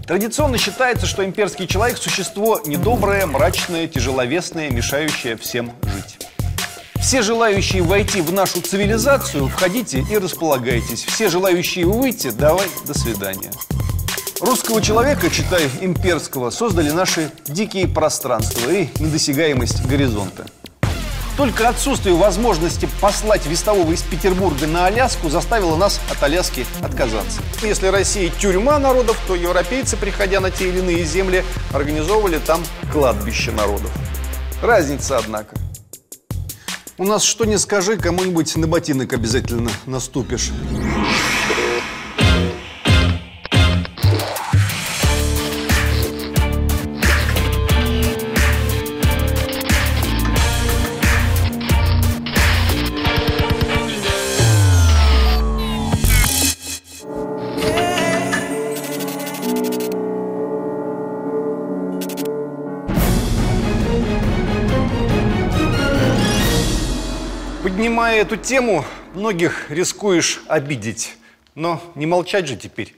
Традиционно считается, что имперский человек – существо недоброе, мрачное, тяжеловесное, мешающее всем жить. Все желающие войти в нашу цивилизацию, входите и располагайтесь. Все желающие выйти, давай, до свидания. Русского человека, читай имперского, создали наши дикие пространства и недосягаемость горизонта. Только отсутствие возможности послать вестового из Петербурга на Аляску заставило нас от Аляски отказаться. Если Россия тюрьма народов, то европейцы, приходя на те или иные земли, организовывали там кладбище народов. Разница, однако. У нас что ни скажи, кому-нибудь на ботинок обязательно наступишь. Поднимая эту тему, многих рискуешь обидеть. Но не молчать же теперь.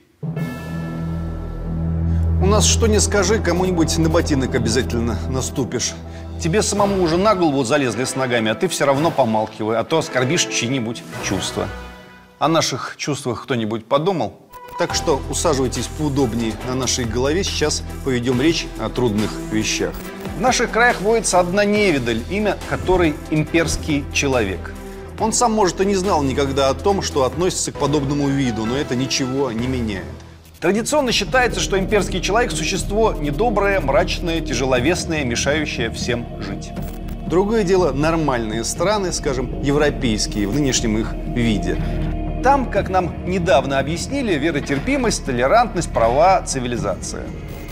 У нас что ни скажи, кому-нибудь на ботинок обязательно наступишь. Тебе самому уже на голову залезли с ногами, а ты все равно помалкивай, а то оскорбишь чьи-нибудь чувства. О наших чувствах кто-нибудь подумал? Так что усаживайтесь поудобнее на нашей голове, сейчас поведем речь о трудных вещах. В наших краях водится одна невидаль, имя которой имперский человек. Он сам, может, и не знал никогда о том, что относится к подобному виду, но это ничего не меняет. Традиционно считается, что имперский человек – существо недоброе, мрачное, тяжеловесное, мешающее всем жить. Другое дело – нормальные страны, скажем, европейские, в нынешнем их виде. Там, как нам недавно объяснили, веротерпимость, толерантность, права, цивилизация.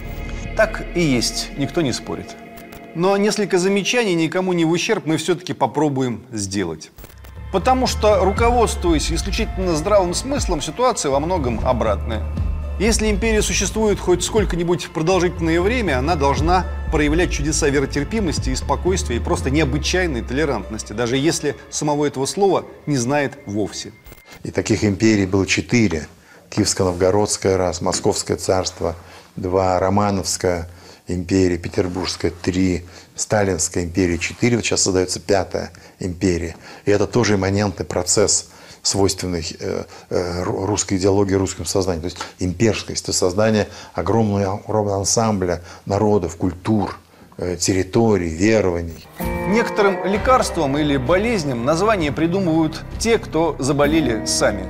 Так и есть, никто не спорит. Но несколько замечаний никому не в ущерб мы все-таки попробуем сделать. Потому что, руководствуясь исключительно здравым смыслом, ситуация во многом обратная. Если империя существует хоть сколько-нибудь продолжительное время, она должна проявлять чудеса веротерпимости и спокойствия и просто необычайной толерантности, даже если самого этого слова не знает вовсе. И таких империй было 4. Киевско-Новгородская раз, Московское царство 2, Романовская империя, Петербургская 3, Сталинская империя 4, вот сейчас создается 5-я империя. И это тоже имманентный процесс, свойственный русской идеологии, русскому сознанию. То есть имперскость, это создание огромного ансамбля народов, культур, территорий, верований. Некоторым лекарствам или болезням названия придумывают те, кто заболели сами.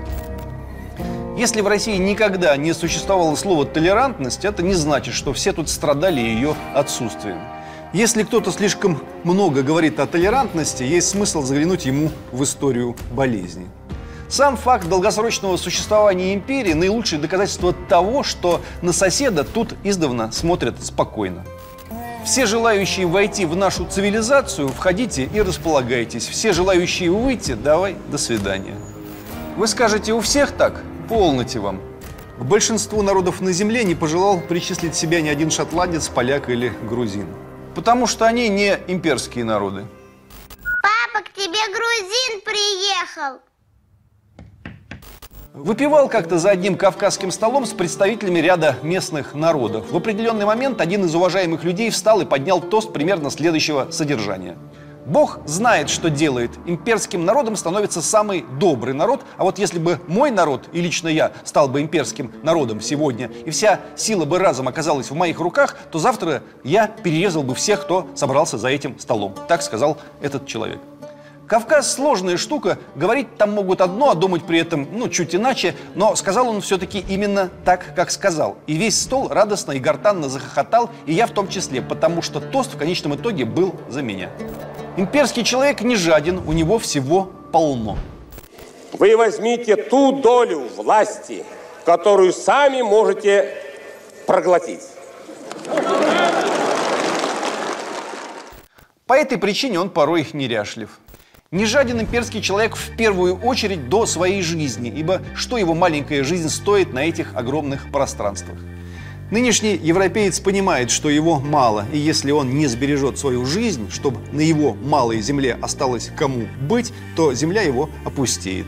Если в России никогда не существовало слова «толерантность», это не значит, что все тут страдали ее отсутствием. Если кто-то слишком много говорит о толерантности, есть смысл заглянуть ему в историю болезни. Сам факт долгосрочного существования империи – наилучшее доказательство того, что на соседа тут издавна смотрят спокойно. Все желающие войти в нашу цивилизацию, входите и располагайтесь. Все желающие выйти, давай, до свидания. Вы скажете, у всех так? Полноте вам. К большинству народов на земле не пожелал причислить себя ни один шотландец, поляк или грузин. Потому что они не имперские народы. Папа, к тебе грузин приехал. Выпивал как-то за одним кавказским столом с представителями ряда местных народов. В определенный момент один из уважаемых людей встал и поднял тост примерно следующего содержания. Бог знает, что делает. Имперским народом становится самый добрый народ. А вот если бы мой народ, и лично я, стал бы имперским народом сегодня, и вся сила бы разом оказалась в моих руках, то завтра я перерезал бы всех, кто собрался за этим столом. Так сказал этот человек. Кавказ – сложная штука, говорить там могут одно, а думать при этом, чуть иначе, но сказал он все-таки именно так, как сказал. И весь стол радостно и гортанно захохотал, и я в том числе, потому что тост в конечном итоге был за меня. Имперский человек не жаден, у него всего полно. Вы возьмите ту долю власти, которую сами можете проглотить. По этой причине он порой неряшлив. Не жаден имперский человек в первую очередь до своей жизни, ибо что его маленькая жизнь стоит на этих огромных пространствах? Нынешний европеец понимает, что его мало, и если он не сбережет свою жизнь, чтобы на его малой земле осталось кому быть, то земля его опустеет.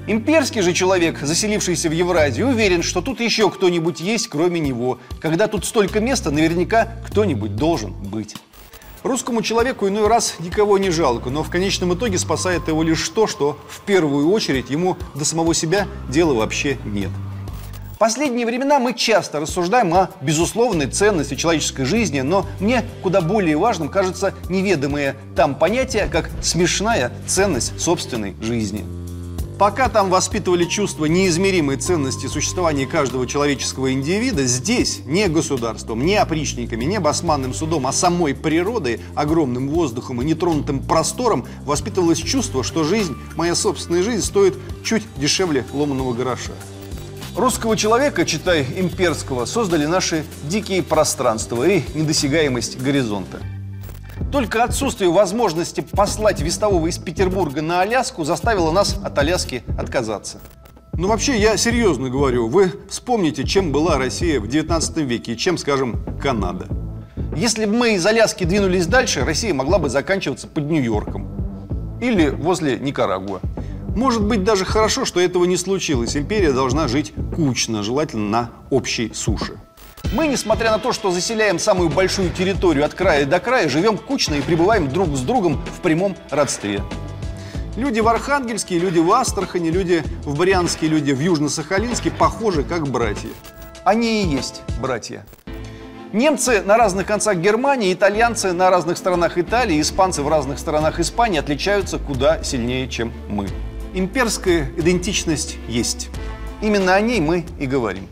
Имперский же человек, заселившийся в Евразию, уверен, что тут еще кто-нибудь есть, кроме него. Когда тут столько места, наверняка кто-нибудь должен быть. Русскому человеку иной раз никого не жалко, но в конечном итоге спасает его лишь то, что в первую очередь ему до самого себя дела вообще нет. В последние времена мы часто рассуждаем о безусловной ценности человеческой жизни, но мне куда более важным кажется неведомое там понятие, как смешная ценность собственной жизни. Пока там воспитывали чувство неизмеримой ценности существования каждого человеческого индивида, здесь не государством, не опричниками, не басманным судом, а самой природой, огромным воздухом и нетронутым простором воспитывалось чувство, что жизнь, моя собственная жизнь, стоит чуть дешевле ломаного гроша. Русского человека, читай имперского, создали наши дикие пространства и недосягаемость горизонта. Только отсутствие возможности послать вестового из Петербурга на Аляску заставило нас от Аляски отказаться. Ну вообще, я серьезно говорю, вы вспомните, чем была Россия в 19 веке и чем, скажем, Канада. Если бы мы из Аляски двинулись дальше, Россия могла бы заканчиваться под Нью-Йорком или возле Никарагуа. Может быть, даже хорошо, что этого не случилось. Империя должна жить кучно, желательно на общей суше. Мы, несмотря на то, что заселяем самую большую территорию от края до края, живем кучно и пребываем друг с другом в прямом родстве. Люди в Архангельске, люди в Астрахани, люди в Брянске, люди в Южно-Сахалинске похожи как братья. Они и есть братья. Немцы на разных концах Германии, итальянцы на разных сторонах Италии, испанцы в разных сторонах Испании отличаются куда сильнее, чем мы. Имперская идентичность есть. Именно о ней мы и говорим.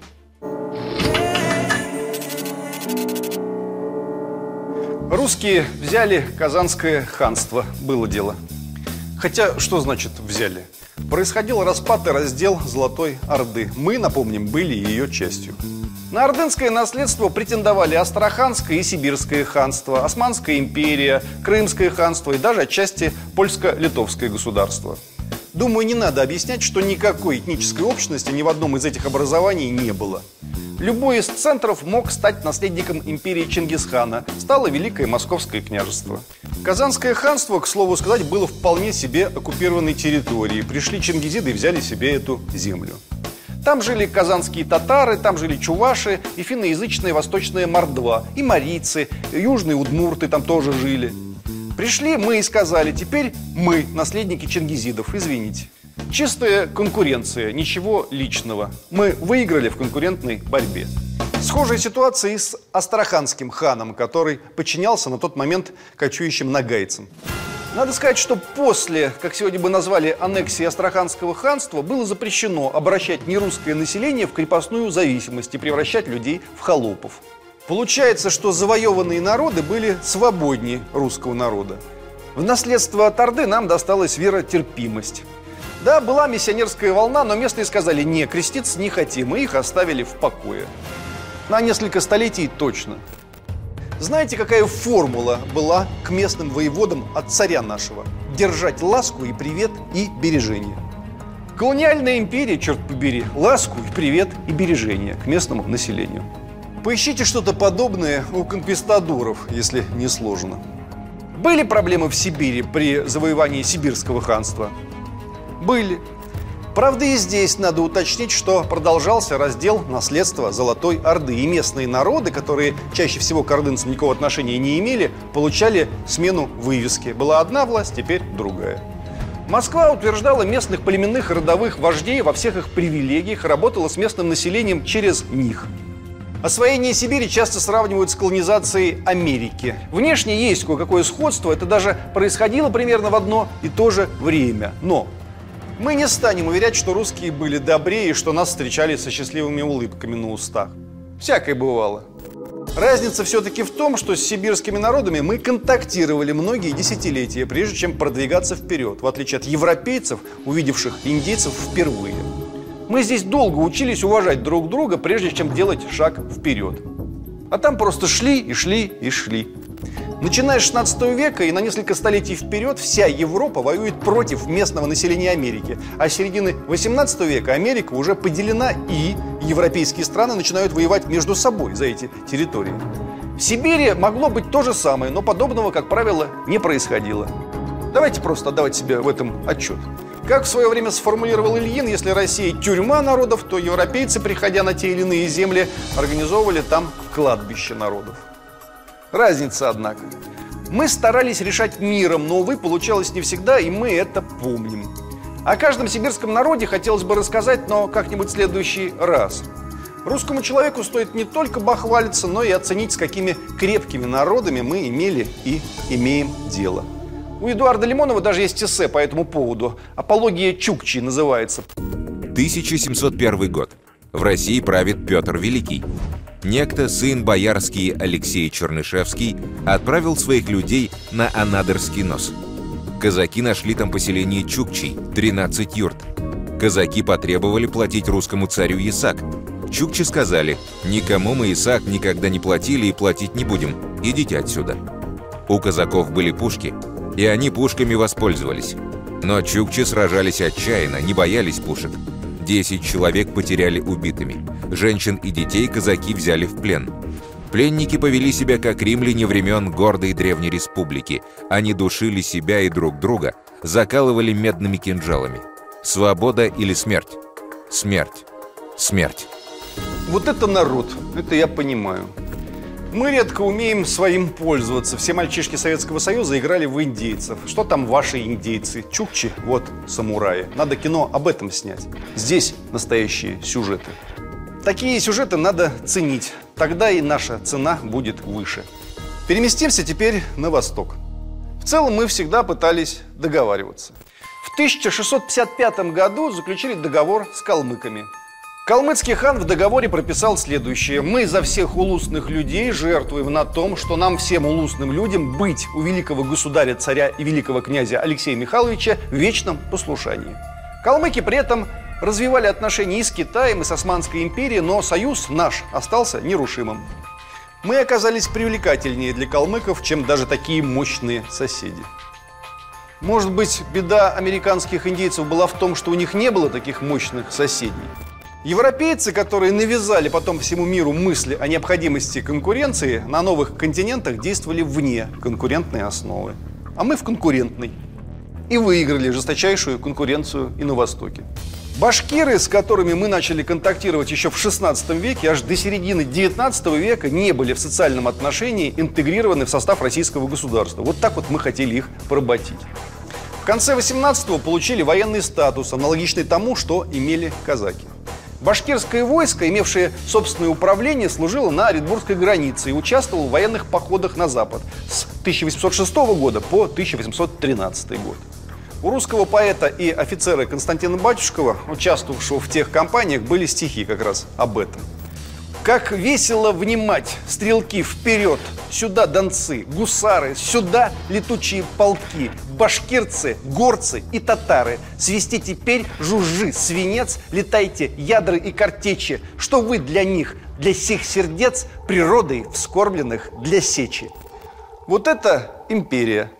Русские взяли Казанское ханство, было дело. Хотя, что значит взяли? Происходил распад и раздел Золотой Орды. Мы, напомним, были ее частью. На ордынское наследство претендовали Астраханское и Сибирское ханство, Османская империя, Крымское ханство и даже отчасти Польско-Литовское государство. Думаю, не надо объяснять, что никакой этнической общности ни в одном из этих образований не было. Любой из центров мог стать наследником империи Чингисхана. Стало Великое Московское княжество. Казанское ханство, к слову сказать, было вполне себе оккупированной территорией. Пришли чингизиды и взяли себе эту землю. Там жили казанские татары, там жили чуваши и финноязычная восточная мордва, и марийцы, и южные удмурты там тоже жили. Пришли мы и сказали: теперь мы наследники чингизидов, извините. Чистая конкуренция, ничего личного. Мы выиграли в конкурентной борьбе. Схожая ситуация и с астраханским ханом, который подчинялся на тот момент кочующим нагайцам. Надо сказать, что после, как сегодня бы назвали, аннексии Астраханского ханства, было запрещено обращать нерусское население в крепостную зависимость и превращать людей в холопов. Получается, что завоеванные народы были свободнее русского народа. В наследство от Орды нам досталась веротерпимость. Да, была миссионерская волна, но местные сказали: не, креститься не хотим, и их оставили в покое. На несколько столетий точно. Знаете, какая формула была к местным воеводам от царя нашего? Держать ласку и привет и бережение. Колониальная империя, черт побери, ласку и привет и бережение к местному населению. Поищите что-то подобное у конквистадоров, если не сложно. Были проблемы в Сибири при завоевании Сибирского ханства? Были. Правда, и здесь надо уточнить, что продолжался раздел наследства Золотой Орды. И местные народы, которые чаще всего к ордынцам никакого отношения не имели, получали смену вывески. Была одна власть, теперь другая. Москва утверждала местных племенных родовых вождей во всех их привилегиях и работала с местным населением через них. Освоение Сибири часто сравнивают с колонизацией Америки. Внешне есть кое-какое сходство, это даже происходило примерно в одно и то же время. Но мы не станем уверять, что русские были добрее и что нас встречали со счастливыми улыбками на устах. Всякое бывало. Разница все-таки в том, что с сибирскими народами мы контактировали многие десятилетия, прежде чем продвигаться вперед, в отличие от европейцев, увидевших индейцев впервые. Мы здесь долго учились уважать друг друга, прежде чем делать шаг вперед. А там просто шли и шли и шли. Начиная с 16 века и на несколько столетий вперед вся Европа воюет против местного населения Америки. А с середины 18 века Америка уже поделена, и европейские страны начинают воевать между собой за эти территории. В Сибири могло быть то же самое, но подобного, как правило, не происходило. Давайте просто отдавать себе в этом отчет. Как в свое время сформулировал Ильин, если Россия тюрьма народов, то европейцы, приходя на те или иные земли, организовывали там кладбище народов. Разница, однако. Мы старались решать миром, но, увы, получалось не всегда, и мы это помним. О каждом сибирском народе хотелось бы рассказать, но как-нибудь в следующий раз. Русскому человеку стоит не только бахвалиться, но и оценить, с какими крепкими народами мы имели и имеем дело. У Эдуарда Лимонова даже есть эссе по этому поводу. «Апология Чукчи» называется. 1701 год. В России правит Петр Великий. Некто, сын боярский Алексей Чернышевский, отправил своих людей на Анадырский нос. Казаки нашли там поселение Чукчей, 13 юрт. Казаки потребовали платить русскому царю ясак. Чукчи сказали: «Никому мы ясак никогда не платили и платить не будем. Идите отсюда». У казаков были пушки, и они пушками воспользовались. Но чукчи сражались отчаянно, не боялись пушек. 10 человек потеряли убитыми. Женщин и детей казаки взяли в плен. Пленники повели себя как римляне времен гордой древней республики. Они душили себя и друг друга, закалывали медными кинжалами. Свобода или смерть? Смерть. Смерть. Вот это народ, это я понимаю. Мы редко умеем своим пользоваться. Все мальчишки Советского Союза играли в индейцев. Что там ваши индейцы? Чукчи, вот самураи. Надо кино об этом снять. Здесь настоящие сюжеты. Такие сюжеты надо ценить. Тогда и наша цена будет выше. Переместимся теперь на восток. В целом мы всегда пытались договариваться. В 1655 году заключили договор с калмыками. Калмыцкий хан в договоре прописал следующее: мы за всех улусных людей жертвуем на том, что нам всем улусным людям быть у великого государя, царя и великого князя Алексея Михайловича в вечном послушании. Калмыки при этом развивали отношения и с Китаем, и с Османской империей, но союз наш остался нерушимым. Мы оказались привлекательнее для калмыков, чем даже такие мощные соседи. Может быть, беда американских индейцев была в том, что у них не было таких мощных соседей. Европейцы, которые навязали потом всему миру мысли о необходимости конкуренции, на новых континентах действовали вне конкурентной основы. А мы в конкурентной. И выиграли жесточайшую конкуренцию и на Востоке. Башкиры, с которыми мы начали контактировать еще в 16 веке, аж до середины 19 века не были в социальном отношении интегрированы в состав российского государства. Вот так вот мы хотели их поработить. В конце 18-го получили военный статус, аналогичный тому, что имели казаки. Башкирское войско, имевшее собственное управление, служило на Оренбургской границе и участвовало в военных походах на запад с 1806 года по 1813 год. У русского поэта и офицера Константина Батюшкова, участвовавшего в тех кампаниях, были стихи как раз об этом. «Как весело внимать, стрелки, вперед! Сюда донцы, гусары, сюда летучие полки, башкирцы, горцы и татары. Свисти теперь, жужжи, свинец, летайте, ядры и картечи. Что вы для них, для сих сердец, природой вскормленных для сечи». Вот это империя.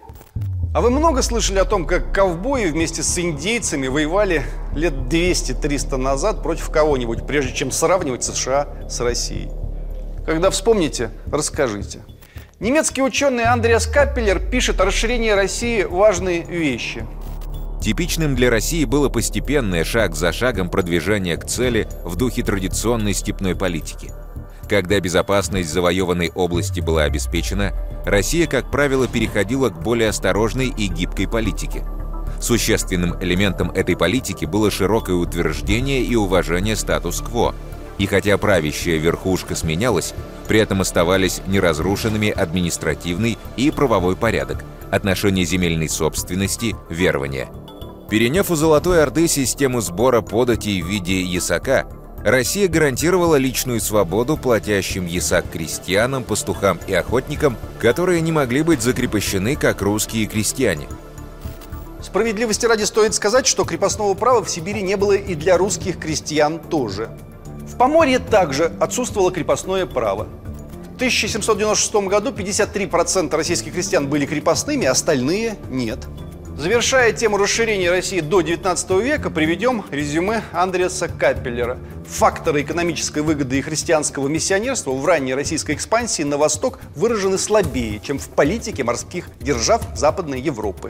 А вы много слышали о том, как ковбои вместе с индейцами воевали лет 200-300 назад против кого-нибудь, прежде чем сравнивать США с Россией? Когда вспомните, расскажите. Немецкий ученый Андреас Каппеллер пишет о расширении России важные вещи. Типичным для России было постепенное, шаг за шагом продвижение к цели в духе традиционной степной политики. Когда безопасность завоеванной области была обеспечена, Россия, как правило, переходила к более осторожной и гибкой политике. Существенным элементом этой политики было широкое утверждение и уважение статус-кво. И хотя правящая верхушка сменялась, при этом оставались неразрушенными административный и правовой порядок, отношения земельной собственности, верования. Переняв у Золотой Орды систему сбора податей в виде ясака, Россия гарантировала личную свободу платящим ясак крестьянам, пастухам и охотникам, которые не могли быть закрепощены как русские крестьяне. Справедливости ради стоит сказать, что крепостного права в Сибири не было и для русских крестьян тоже. В Поморье также отсутствовало крепостное право. В 1796 году 53% российских крестьян были крепостными, остальные нет. Завершая тему расширения России до 19 века, приведем резюме Андреаса Каппеллера. Факторы экономической выгоды и христианского миссионерства в ранней российской экспансии на восток выражены слабее, чем в политике морских держав Западной Европы.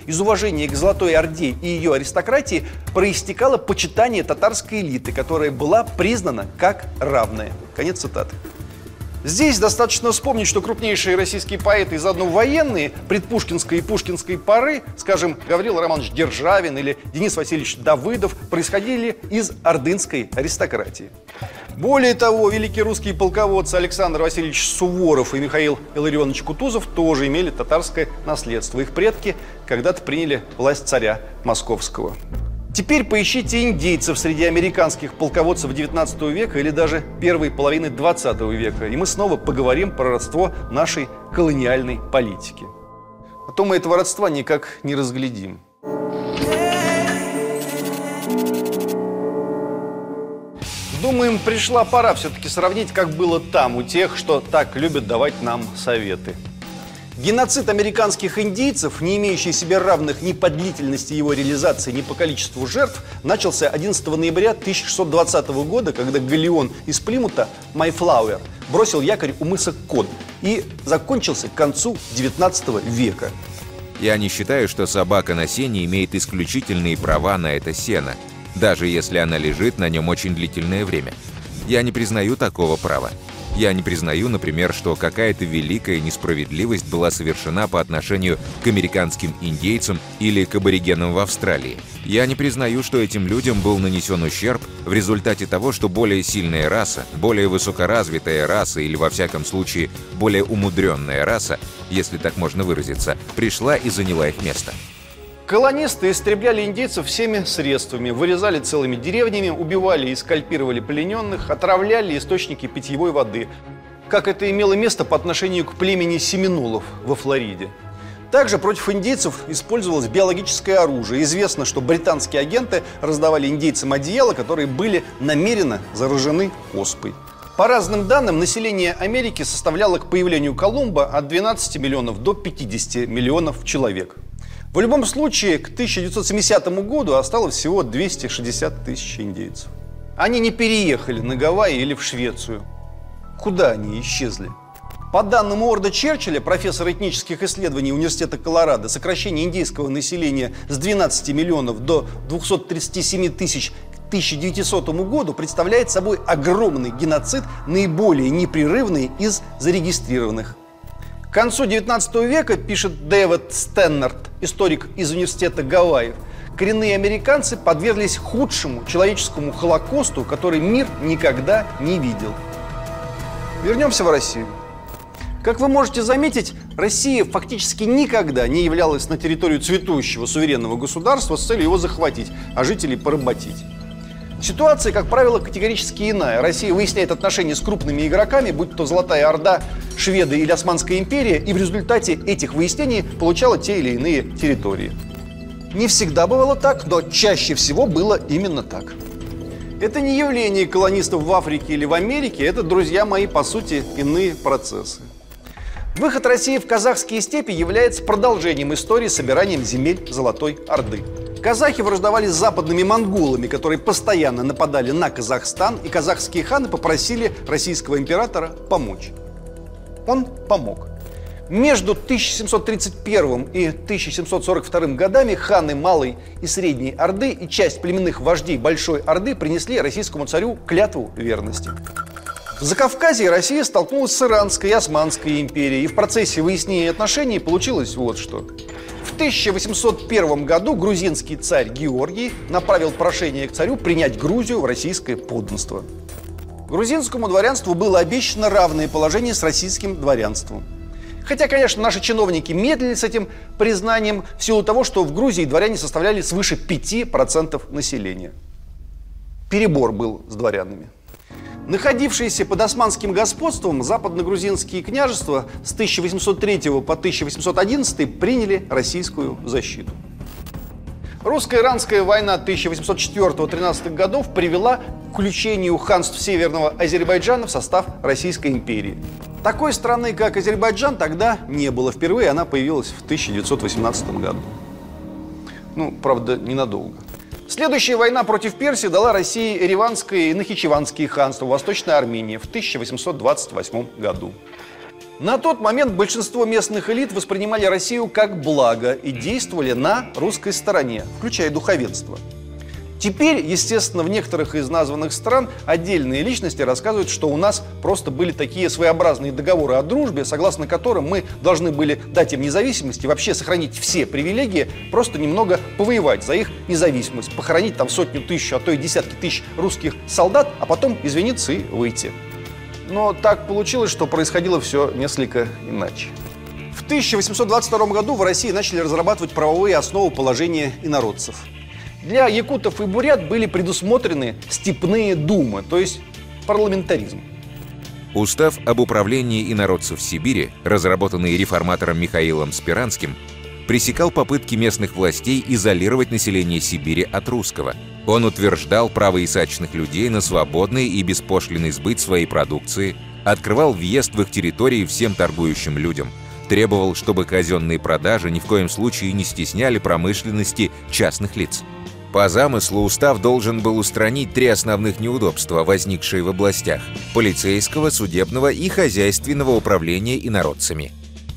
Из уважения к Золотой Орде и ее аристократии проистекало почитание татарской элиты, которая была признана как равная. Конец цитаты. Здесь достаточно вспомнить, что крупнейшие российские поэты и заодно военные предпушкинской и пушкинской поры, скажем, Гаврил Романович Державин или Денис Васильевич Давыдов, происходили из ордынской аристократии. Более того, великие русские полководцы Александр Васильевич Суворов и Михаил Илларионович Кутузов тоже имели татарское наследство. Их предки когда-то приняли власть царя Московского. Теперь поищите индейцев среди американских полководцев XIX века или даже первой половины XX века, и мы снова поговорим про родство нашей колониальной политики. А то мы этого родства никак не разглядим. Думаем, пришла пора все-таки сравнить, как было там, у тех, что так любят давать нам советы. Геноцид американских индейцев, не имеющий себе равных ни по длительности его реализации, ни по количеству жертв, начался 11 ноября 1620 года, когда галеон из Плимута «Майфлауэр» бросил якорь у мыса Код и закончился к концу 19 века. Я не считаю, что собака на сене имеет исключительные права на это сено, даже если она лежит на нем очень длительное время. Я не признаю такого права. Я не признаю, например, что какая-то великая несправедливость была совершена по отношению к американским индейцам или к аборигенам в Австралии. Я не признаю, что этим людям был нанесен ущерб в результате того, что более сильная раса, более высокоразвитая раса или, во всяком случае, более умудренная раса, если так можно выразиться, пришла и заняла их место. Колонисты истребляли индейцев всеми средствами, вырезали целыми деревнями, убивали и скальпировали плененных, отравляли источники питьевой воды, как это имело место по отношению к племени семинолов во Флориде. Также против индейцев использовалось биологическое оружие. Известно, что британские агенты раздавали индейцам одеяла, которые были намеренно заражены оспой. По разным данным, население Америки составляло к появлению Колумба от 12 миллионов до 50 миллионов человек. В любом случае, к 1970 году осталось всего 260 тысяч индейцев. Они не переехали на Гавайи или в Швецию. Куда они исчезли? По данным Уорда Черчилля, профессора этнических исследований Университета Колорадо, сокращение индейского населения с 12 миллионов до 237 тысяч к 1900 году представляет собой огромный геноцид, наиболее непрерывный из зарегистрированных. К концу XIX века, пишет Дэвид Стэннард, историк из университета Гавайев, коренные американцы подверглись худшему человеческому холокосту, который мир никогда не видел. Вернемся в Россию. Как вы можете заметить, Россия фактически никогда не являлась на территорию цветущего суверенного государства с целью его захватить, а жителей поработить. Ситуация, как правило, категорически иная. Россия выясняет отношения с крупными игроками, будь то Золотая Орда, Шведы или Османская империя, и в результате этих выяснений получала те или иные территории. Не всегда бывало так, но чаще всего было именно так. Это не явление колонистов в Африке или в Америке, это, друзья мои, по сути, иные процессы. Выход России в казахские степи является продолжением истории собиранием земель Золотой Орды. Казахи враждовали с западными монголами, которые постоянно нападали на Казахстан, и казахские ханы попросили российского императора помочь. Он помог. Между 1731 и 1742 годами ханы Малой и Средней Орды и часть племенных вождей Большой Орды принесли российскому царю клятву верности. В Закавказье Россия столкнулась с Иранской и Османской империей, и в процессе выяснения отношений получилось вот что. В 1801 году грузинский царь Георгий направил прошение к царю принять Грузию в российское подданство. Грузинскому дворянству было обещано равное положение с российским дворянством. Хотя, конечно, наши чиновники медлили с этим признанием в силу того, что в Грузии дворяне составляли свыше 5% населения. Перебор был с дворянами. Находившиеся под османским господством западно-грузинские княжества с 1803 по 1811 приняли российскую защиту. Русско-иранская война 1804-13 годов привела к включению ханств Северного Азербайджана в состав Российской империи. Такой страны, как Азербайджан, тогда не было. Впервые она появилась в 1918 году. Ну, правда, ненадолго. Следующая война против Персии дала России Ереванское и Нахичеванские ханства в Восточной Армении в 1828 году. На тот момент большинство местных элит воспринимали Россию как благо и действовали на русской стороне, включая духовенство. Теперь, естественно, в некоторых из названных стран отдельные личности рассказывают, что у нас просто были такие своеобразные договоры о дружбе, согласно которым мы должны были дать им независимость и вообще сохранить все привилегии, просто немного повоевать за их независимость, похоронить там сотню, тысячу, а то и десятки тысяч русских солдат, а потом извиниться и выйти. Но так получилось, что происходило все несколько иначе. В 1822 году в России начали разрабатывать правовые основы положения инородцев. Для якутов и бурят были предусмотрены степные думы, то есть парламентаризм. Устав об управлении инородцев в Сибири, разработанный реформатором Михаилом Спиранским, пресекал попытки местных властей изолировать население Сибири от русского. Он утверждал право исачных людей на свободный и беспошлинный сбыт своей продукции, открывал въезд в их территории всем торгующим людям, требовал, чтобы казенные продажи ни в коем случае не стесняли промышленности частных лиц. По замыслу устав должен был устранить 3 основных неудобства, возникшие в областях – полицейского, судебного и хозяйственного управления инородцами.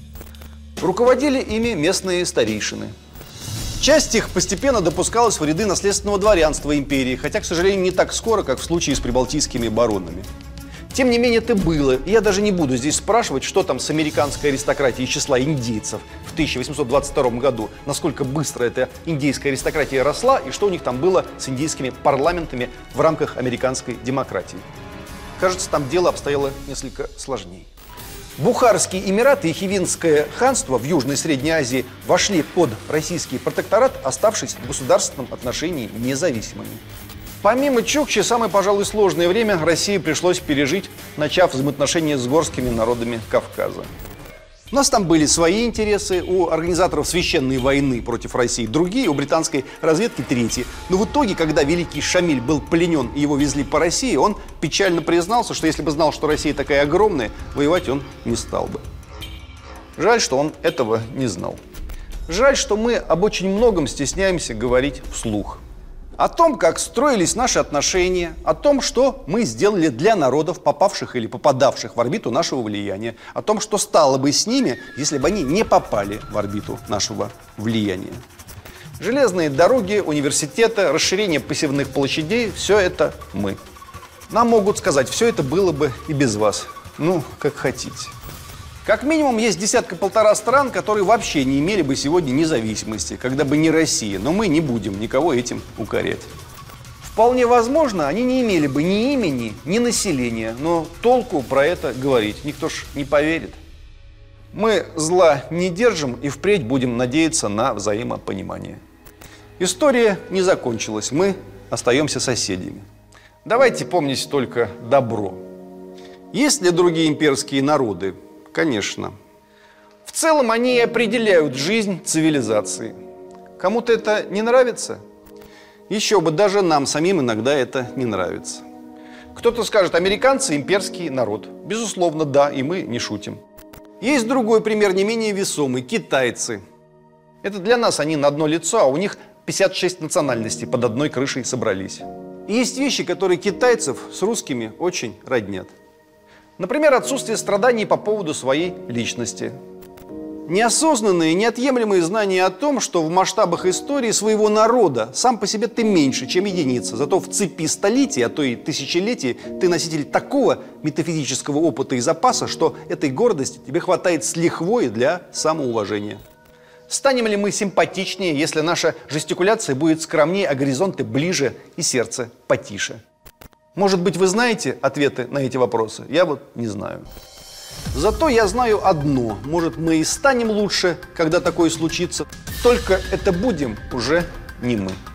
Руководили ими местные старейшины. Часть их постепенно допускалась в ряды наследственного дворянства империи, хотя, к сожалению, не так скоро, как в случае с прибалтийскими баронами. Тем не менее, это было, и я даже не буду здесь спрашивать, что там с американской аристократией из числа индейцев в 1822 году, насколько быстро эта индейская аристократия росла, и что у них там было с индейскими парламентами в рамках американской демократии. Кажется, там дело обстояло несколько сложнее. Бухарский Эмират и Хивинское ханство в Южной и Средней Азии вошли под российский протекторат, оставшись в государственном отношении независимыми. Помимо Чукчи, самое, пожалуй, сложное время России пришлось пережить, начав взаимоотношения с горскими народами Кавказа. У нас там были свои интересы, у организаторов священной войны против России другие, у британской разведки третьи. Но в итоге, когда великий Шамиль был пленен и его везли по России, он печально признался, что если бы знал, что Россия такая огромная, воевать он не стал бы. Жаль, что он этого не знал. Жаль, что мы об очень многом стесняемся говорить вслух. О том, как строились наши отношения, о том, что мы сделали для народов, попавших или попадавших в орбиту нашего влияния, о том, что стало бы с ними, если бы они не попали в орбиту нашего влияния. Железные дороги, университеты, расширение посевных площадей – все это мы. Нам могут сказать, все это было бы и без вас. Ну, как хотите. Как минимум, есть 10-1,5 стран, которые вообще не имели бы сегодня независимости, когда бы не Россия, но мы не будем никого этим укорять. Вполне возможно, они не имели бы ни имени, ни населения, но толку про это говорить никто ж не поверит. Мы зла не держим и впредь будем надеяться на взаимопонимание. История не закончилась, мы остаемся соседями. Давайте помнить только добро. Есть ли другие имперские народы? Конечно. В целом они и определяют жизнь цивилизации. Кому-то это не нравится? Еще бы, даже нам самим иногда это не нравится. Кто-то скажет, американцы – имперский народ. Безусловно, да, и мы не шутим. Есть другой пример, не менее весомый – китайцы. Это для нас они на одно лицо, а у них 56 национальностей под одной крышей собрались. И есть вещи, которые китайцев с русскими очень роднят. Например, отсутствие страданий по поводу своей личности. Неосознанные, неотъемлемые знания о том, что в масштабах истории своего народа сам по себе ты меньше, чем единица. Зато в цепи столетий, а то и тысячелетий, ты носитель такого метафизического опыта и запаса, что этой гордости тебе хватает с лихвой для самоуважения. Станем ли мы симпатичнее, если наша жестикуляция будет скромнее, а горизонты ближе и сердце потише? Может быть, вы знаете ответы на эти вопросы? Я вот не знаю. Зато я знаю одно. Может, мы и станем лучше, когда такое случится. Только это будем уже не мы.